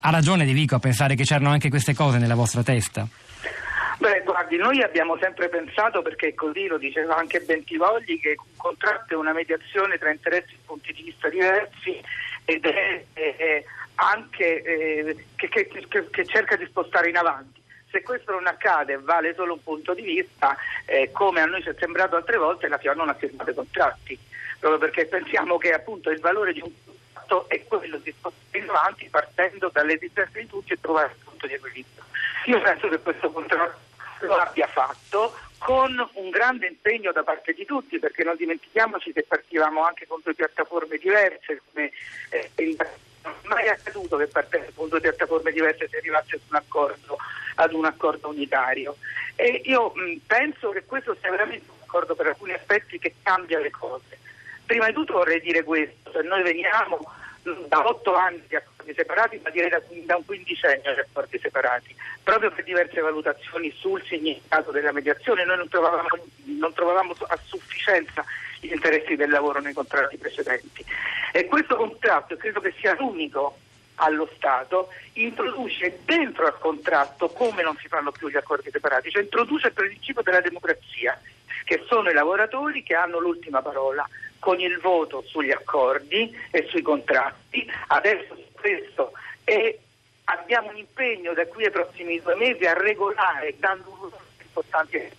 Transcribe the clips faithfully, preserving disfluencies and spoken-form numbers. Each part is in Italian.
Ha ragione Di Vico a pensare che c'erano anche queste cose nella vostra testa? Beh, guardi, noi abbiamo sempre pensato, perché così lo diceva anche Bentivogli, che un contratto è una mediazione tra interessi e punti di vista diversi ed è, è, è anche eh, che, che, che, che cerca di spostare in avanti. Se questo non accade, vale solo un punto di vista, eh, come a noi ci è sembrato altre volte, la F I O non ha firmato i contratti, proprio perché pensiamo che appunto il valore di un contratto è quello di spostare in avanti partendo dall'esistenza di tutti e trovare il punto di equilibrio. Io penso che questo contratto lo abbia fatto con un grande impegno da parte di tutti, perché non dimentichiamoci che partivamo anche con due piattaforme diverse, come eh, non è mai accaduto che partendo con due piattaforme diverse si arrivasse ad un accordo, ad un accordo unitario. E io mh, penso che questo sia veramente un accordo per alcuni aspetti che cambia le cose. Prima di tutto vorrei dire questo: se noi veniamo da otto anni di accordi separati, ma direi da, da un quindicennio di accordi separati, proprio per diverse valutazioni sul significato della mediazione. Noi non trovavamo, non trovavamo a sufficienza gli interessi del lavoro nei contratti precedenti. E questo contratto, credo che sia l'unico allo Stato, introduce dentro al contratto, come non si fanno più gli accordi separati, cioè introduce il principio della democrazia, che sono i lavoratori che hanno l'ultima parola con il voto sugli accordi e sui contratti. Adesso su questo e abbiamo un impegno da qui ai prossimi due mesi a regolare, dando un uso importante.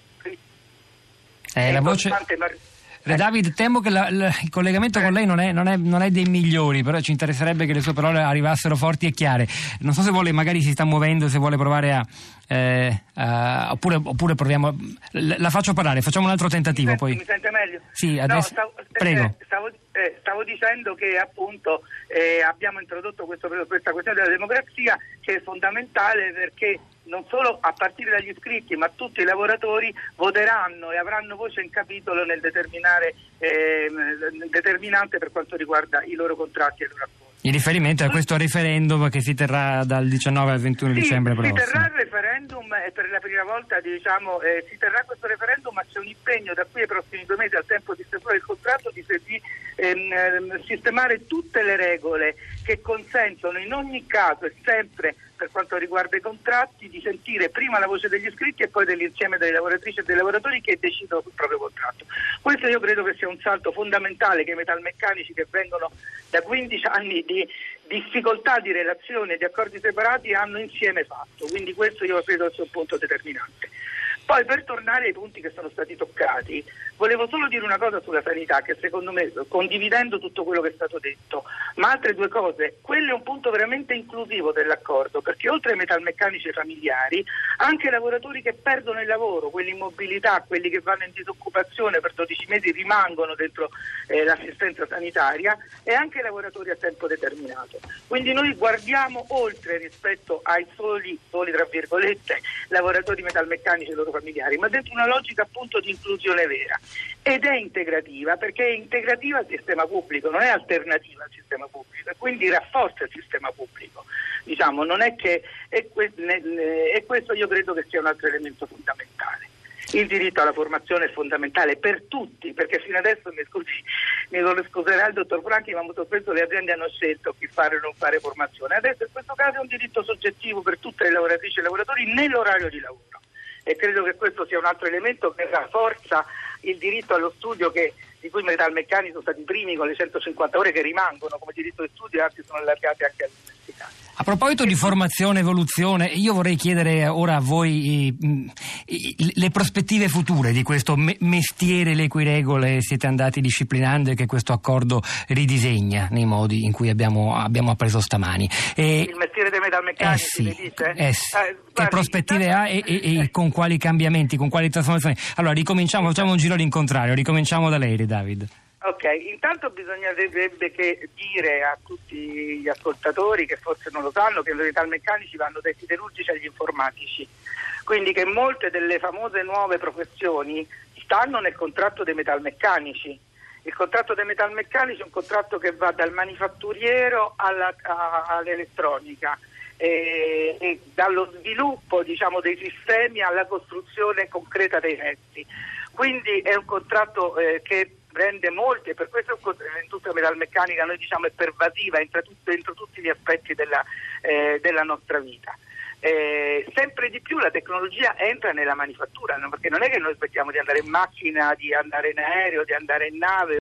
Eh, la voce... Re David, temo che la, la, il collegamento con lei non è, non, è, non è dei migliori, però ci interesserebbe che le sue parole arrivassero forti e chiare. Non so se vuole, magari si sta muovendo, se vuole provare a... Eh, a oppure, oppure proviamo... La, la faccio parlare, facciamo un altro tentativo. Mi, poi. mi sente meglio? Sì, adesso... No, stavo, Prego. Eh, stavo, eh, stavo dicendo che appunto eh, abbiamo introdotto questo, questa questione della democrazia, che è fondamentale, perché non solo a partire dagli iscritti, ma tutti i lavoratori voteranno e avranno voce in capitolo nel determinare eh, determinante per quanto riguarda i loro contratti e i loro accordi. In riferimento a questo referendum che si terrà dal diciannove al ventuno sì, dicembre prossimo. Si terrà il referendum e per la prima volta diciamo eh, si terrà questo referendum, ma c'è un impegno da qui ai prossimi due mesi, al tempo di stesura del contratto, di, di ehm, sistemare tutte le regole che consentono in ogni caso e sempre, per quanto riguarda i contratti, di sentire prima la voce degli iscritti e poi dell'insieme delle lavoratrici e dei lavoratori che decidono sul proprio contratto. Questo io credo che sia un salto fondamentale che i metalmeccanici, che vengono da quindici anni di difficoltà di relazione, di accordi separati, hanno insieme fatto. Quindi questo io credo sia un punto determinante. Poi, per tornare ai punti che sono stati toccati, volevo solo dire una cosa sulla sanità, che secondo me, condividendo tutto quello che è stato detto, ma altre due cose. Quello è un punto veramente inclusivo dell'accordo, perché oltre ai metalmeccanici e familiari, anche lavoratori che perdono il lavoro, quelli in mobilità, quelli che vanno in disoccupazione per dodici mesi rimangono dentro eh, l'assistenza sanitaria, e anche lavoratori a tempo determinato. Quindi noi guardiamo oltre rispetto ai soli, soli tra virgolette, lavoratori metalmeccanici e loro familiari, ma dentro una logica appunto di inclusione vera, ed è integrativa, perché è integrativa al sistema pubblico, non è alternativa al sistema pubblico, e quindi rafforza il sistema pubblico. Diciamo, non è che e questo io credo che sia un altro elemento fondamentale. Il diritto alla formazione è fondamentale per tutti, perché fino adesso, mi scusi, mi scuserà il dottor Franchi, ma molto spesso le aziende hanno scelto chi fare o non fare formazione. Adesso in questo caso è un diritto soggettivo per tutte le lavoratrici e i lavoratori nell'orario di lavoro, e credo che questo sia un altro elemento che rafforza il diritto allo studio, che di cui i metalmeccanici sono stati i primi con le centocinquanta ore che rimangono come diritto di studio, e anzi sono allargate anche all'università. A proposito di formazione e evoluzione, io vorrei chiedere ora a voi i, i, le prospettive future di questo me- mestiere le cui regole siete andati disciplinando e che questo accordo ridisegna nei modi in cui abbiamo, abbiamo appreso stamani. E, il mestiere dei metalmeccanici, eh sì, mi dite? Eh sì. Eh, che guardi, prospettive intanto... ha e, e, e con quali cambiamenti, con quali trasformazioni? Allora ricominciamo, facciamo un giro all'incontrario, ricominciamo da lei, David. Ok, intanto bisognerebbe che dire a tutti gli ascoltatori, che forse non lo sanno, che i metalmeccanici vanno dai siderurgici agli informatici, quindi che molte delle famose nuove professioni stanno nel contratto dei metalmeccanici. Il contratto dei metalmeccanici è un contratto che va dal manifatturiero alla, a, all'elettronica, e, e dallo sviluppo, diciamo, dei sistemi alla costruzione concreta dei mezzi. Quindi è un contratto eh, che rende molti, e per questo l'industria metalmeccanica noi diciamo è pervasiva, entra tutto, dentro tutti gli aspetti della, eh, della nostra vita. Eh, sempre di più la tecnologia entra nella manifattura, no? Perché non è che noi aspettiamo di andare in macchina, di andare in aereo, di andare in nave